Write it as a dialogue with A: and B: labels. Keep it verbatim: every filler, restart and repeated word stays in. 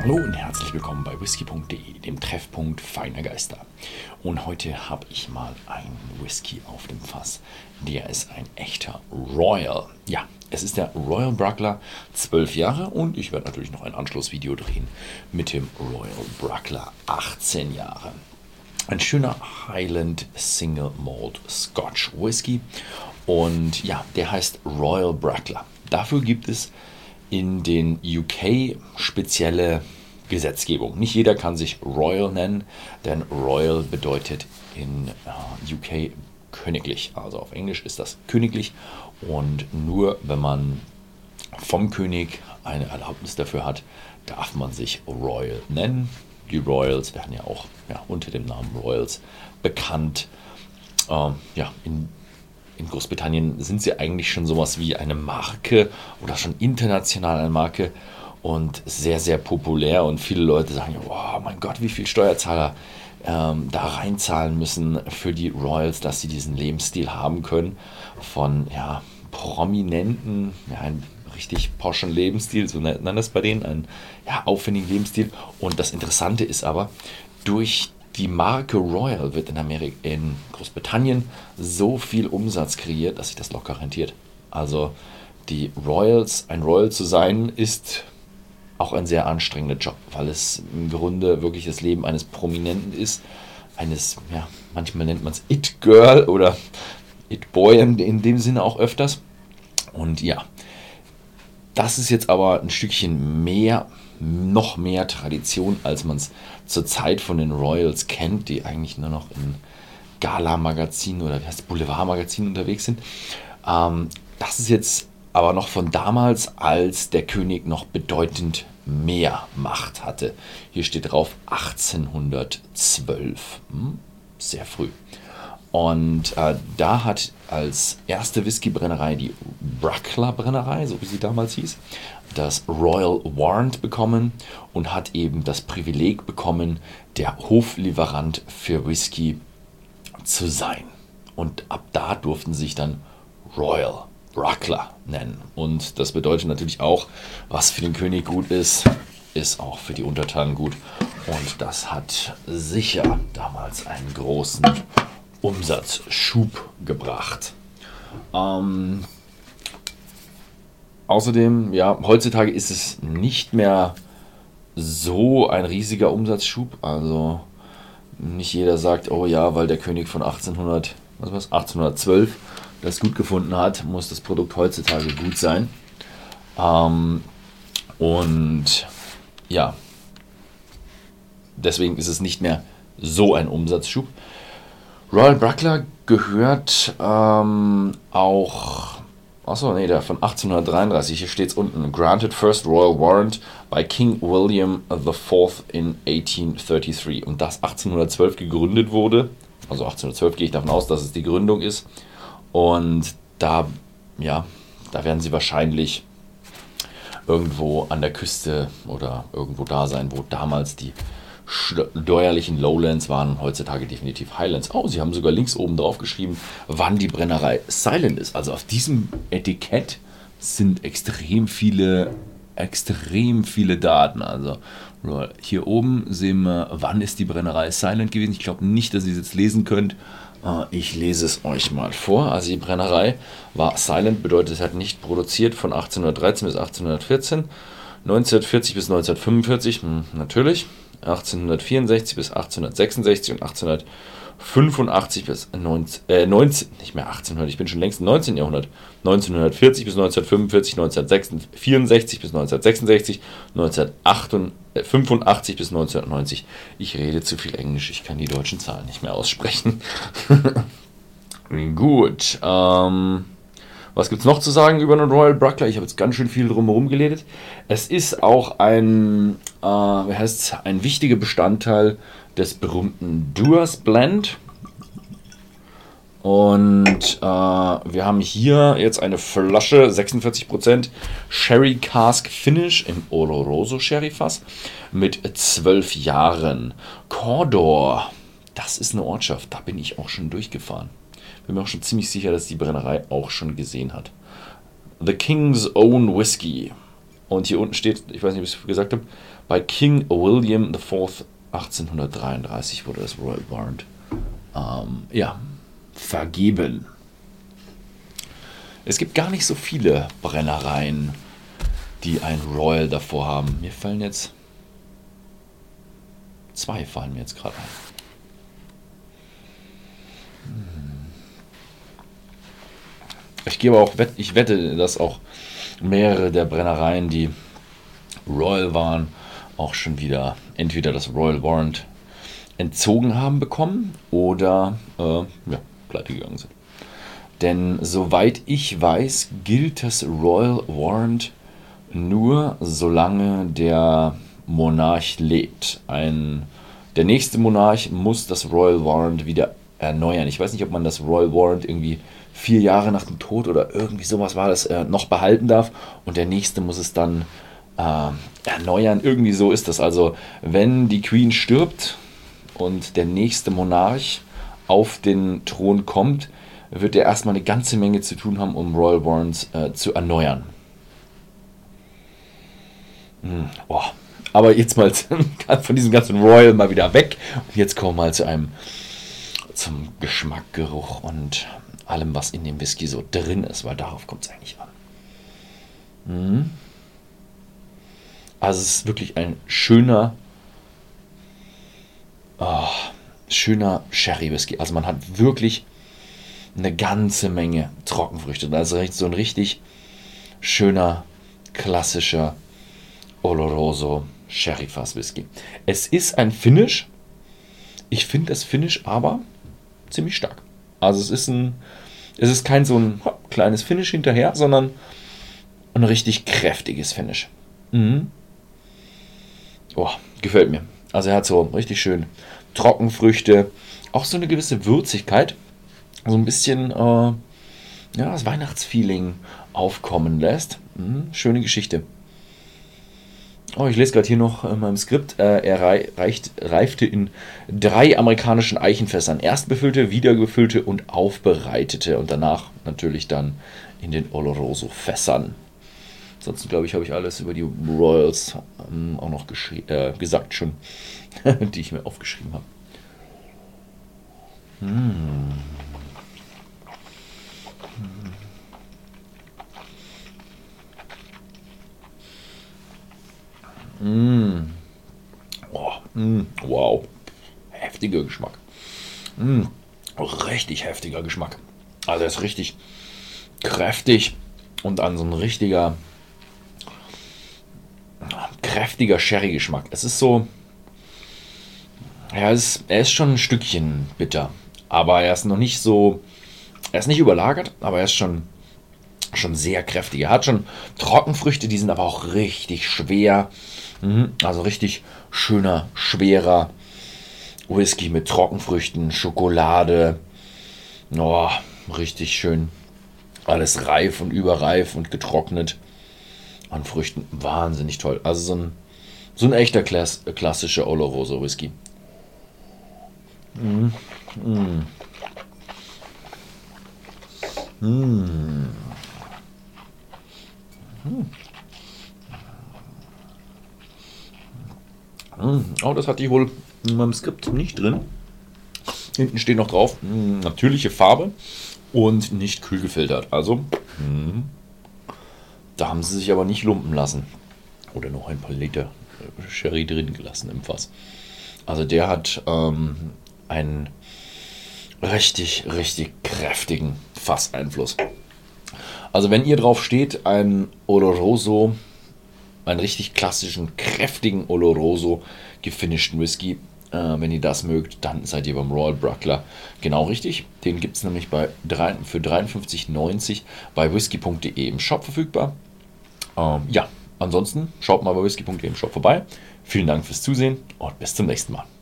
A: Hallo und herzlich willkommen bei whisky punkt de, dem Treffpunkt feiner Geister. Und heute habe ich mal einen Whisky auf dem Fass. Der ist ein echter Royal. Ja, es ist der Royal Bruckler, zwölf Jahre, und ich werde natürlich noch ein Anschlussvideo drehen mit dem Royal Bruckler, achtzehn Jahre. Ein schöner Highland Single Malt Scotch Whisky. Und ja, der heißt Royal Bruckler. Dafür gibt es in den U K spezielle Gesetzgebung. Nicht jeder kann sich Royal nennen, denn Royal bedeutet in U K königlich. Also auf Englisch ist das königlich, und nur wenn man vom König eine Erlaubnis dafür hat, darf man sich Royal nennen. Die Royals werden ja auch ja, unter dem Namen Royals bekannt. Ähm, ja, in In Großbritannien sind sie eigentlich schon sowas wie eine Marke oder schon international eine Marke und sehr, sehr populär. Und viele Leute sagen, oh mein Gott, wie viel Steuerzahler ähm, da reinzahlen müssen für die Royals, dass sie diesen Lebensstil haben können. Von ja, Prominenten, ja, ein richtig poschen Lebensstil, so nennt man das bei denen, einen ja, aufwendigen Lebensstil. Und das Interessante ist aber, durch die Marke Royal wird in Amerika, in Großbritannien so viel Umsatz kreiert, dass sich das locker rentiert. Also die Royals, ein Royal zu sein, ist auch ein sehr anstrengender Job, weil es im Grunde wirklich das Leben eines Prominenten ist, eines, ja, manchmal nennt man es It-Girl oder It-Boy in, in dem Sinne auch öfters. Und ja, das ist jetzt aber ein Stückchen mehr, noch mehr Tradition, als man es zur Zeit von den Royals kennt, die eigentlich nur noch in Gala-Magazinen oder wie heißt Boulevard-Magazinen unterwegs sind. Ähm, das ist jetzt aber noch von damals, als der König noch bedeutend mehr Macht hatte. Hier steht drauf achtzehnhundertzwölf. Hm, sehr früh. Und äh, da hat als erste Whiskybrennerei die Bruckler Brennerei, so wie sie damals hieß, das Royal Warrant bekommen und hat eben das Privileg bekommen, der Hoflieferant für Whisky zu sein. Und ab da durften sie sich dann Royal Bruckler nennen. Und das bedeutet natürlich auch, was für den König gut ist, ist auch für die Untertanen gut. Und das hat sicher damals einen großen Umsatzschub gebracht. Ähm, außerdem, ja, heutzutage ist es nicht mehr so ein riesiger Umsatzschub. Also nicht jeder sagt, oh ja, weil der König von achtzehnhundert, was war's, achtzehnhundertzwölf das gut gefunden hat, muss das Produkt heutzutage gut sein. Ähm, und ja, deswegen ist es nicht mehr so ein Umsatzschub. Royal Bruckler gehört ähm, auch, achso, nee, der von achtzehnhundertdreiunddreißig, hier steht es unten, Granted First Royal Warrant by King William the Fourth in achtzehnhundertdreiunddreißig, und das achtzehnhundertzwölf gegründet wurde, also achtzehnhundertzwölf gehe ich davon aus, dass es die Gründung ist, und da, ja, da werden sie wahrscheinlich irgendwo an der Küste oder irgendwo da sein, wo damals die steuerlichen Lowlands waren, heutzutage definitiv Highlands. Oh, sie haben sogar links oben drauf geschrieben, wann die Brennerei silent ist. Also auf diesem Etikett sind extrem viele, extrem viele Daten. Also hier oben sehen wir, wann ist die Brennerei silent gewesen. Ich glaube nicht, dass ihr es jetzt lesen könnt. Ich lese es euch mal vor. Also die Brennerei war silent, bedeutet, es hat nicht produziert von achtzehnhundertdreizehn bis achtzehnhundertvierzehn, neunzehnhundertvierzig bis neunzehnhundertfünfundvierzig, hm, natürlich. achtzehnhundertvierundsechzig bis achtzehnhundertsechsundsechzig und achtzehnhundertfünfundachtzig bis neunzehn, äh, neunzehn, nicht mehr achtzehnhundert, ich bin schon längst im neunzehnten Jahrhundert, neunzehnhundertvierzig bis neunzehnhundertfünfundvierzig, neunzehnhundertvierundsechzig bis neunzehnhundertsechsundsechzig, neunzehnhundertfünfundachtzig bis neunzehnhundertneunzig. Ich rede zu viel Englisch, ich kann die deutschen Zahlen nicht mehr aussprechen. Gut, ähm... was gibt es noch zu sagen über den Royal Bruckler? Ich habe jetzt ganz schön viel drumherum geredet. Es ist auch ein, äh, wie heißt's, ein wichtiger Bestandteil des berühmten Dewar's Blend. Und äh, wir haben hier jetzt eine Flasche, sechsundvierzig Prozent Sherry Cask Finish im Oloroso Sherry Fass mit zwölf Jahren. Cawdor, das ist eine Ortschaft, da bin ich auch schon durchgefahren. Bin mir auch schon ziemlich sicher, dass die Brennerei auch schon gesehen hat. The King's Own Whisky. Und hier unten steht, ich weiß nicht, ob ich es gesagt habe, bei King William der Vierte achtzehnhundertdreiunddreißig wurde das Royal Warrant ähm, ja, vergeben. Es gibt gar nicht so viele Brennereien, die ein Royal davor haben. Mir fallen jetzt zwei fallen mir jetzt gerade ein. Ich gebe auch, ich wette, dass auch mehrere der Brennereien, die Royal waren, auch schon wieder entweder das Royal Warrant entzogen haben bekommen oder äh, ja, pleite gegangen sind. Denn soweit ich weiß, gilt das Royal Warrant nur solange der Monarch lebt. Ein, der nächste Monarch muss das Royal Warrant wieder erneuern. Ich weiß nicht, ob man das Royal Warrant irgendwie vier Jahre nach dem Tod oder irgendwie sowas war, das äh, noch behalten darf und der nächste muss es dann äh, erneuern. Irgendwie so ist das. Also wenn die Queen stirbt und der nächste Monarch auf den Thron kommt, wird er erstmal eine ganze Menge zu tun haben, um Royal Warrants äh, zu erneuern. Hm, oh. Aber jetzt mal von diesem ganzen Royal mal wieder weg. Und jetzt kommen wir mal zu einem zum Geschmack, Geruch und allem, was in dem Whisky so drin ist, weil darauf kommt es eigentlich an. Mhm. Also es ist wirklich ein schöner, oh, schöner Sherry-Whisky. Also man hat wirklich eine ganze Menge Trockenfrüchte. Also so ein richtig schöner, klassischer Oloroso Sherry-Fass-Whisky. Es ist ein Finish. Ich finde das Finish aber ziemlich stark. Also es ist ein, es ist kein so ein kleines Finish hinterher, sondern ein richtig kräftiges Finish. Mhm. Oh, gefällt mir. Also er hat so richtig schön Trockenfrüchte, auch so eine gewisse Würzigkeit, so ein bisschen äh, ja, das Weihnachtsfeeling aufkommen lässt. Mhm, schöne Geschichte. Oh, ich lese gerade hier noch in meinem Skript. Äh, er reicht, reifte in drei amerikanischen Eichenfässern. Erst befüllte, wieder gefüllte und aufbereitete. Und danach natürlich dann in den Oloroso-Fässern. Ansonsten, glaube ich, habe ich alles über die Royals ähm, auch noch äh, gesagt schon, die ich mir aufgeschrieben habe. Mmh. Mmh. Oh, mmh. Wow. Heftiger Geschmack. Mmh. Richtig heftiger Geschmack. Also er ist richtig kräftig und dann so ein richtiger kräftiger Sherry-Geschmack. Es ist so, ja, es ist, er ist schon ein Stückchen bitter, aber er ist noch nicht so, er ist nicht überlagert, aber er ist schon, schon sehr kräftig. Er hat schon Trockenfrüchte, die sind aber auch richtig schwer. Also richtig schöner, schwerer Whisky mit Trockenfrüchten, Schokolade. Oh, richtig schön. Alles reif und überreif und getrocknet an Früchten. Wahnsinnig toll. Also so ein, so ein echter Klass, klassischer Oloroso Whisky. Mm. Mm. Mm. Mm. Oh, das hatte ich wohl in meinem Skript nicht drin. Hinten steht noch drauf, mh, natürliche Farbe und nicht kühl gefiltert. Also, mh, da haben sie sich aber nicht lumpen lassen. Oder noch ein paar Liter Sherry drin gelassen im Fass. Also der hat ähm, einen richtig, richtig kräftigen Fasseinfluss. Also wenn ihr drauf steht, ein Oloroso, einen richtig klassischen, kräftigen Oloroso gefinischten Whisky. Äh, wenn ihr das mögt, dann seid ihr beim Royal Bruckler genau richtig. Den gibt es nämlich bei drei, für dreiundfünfzig neunzig bei whisky punkt de im Shop verfügbar. Ähm, ja, ansonsten schaut mal bei whisky punkt de im Shop vorbei. Vielen Dank fürs Zusehen und bis zum nächsten Mal.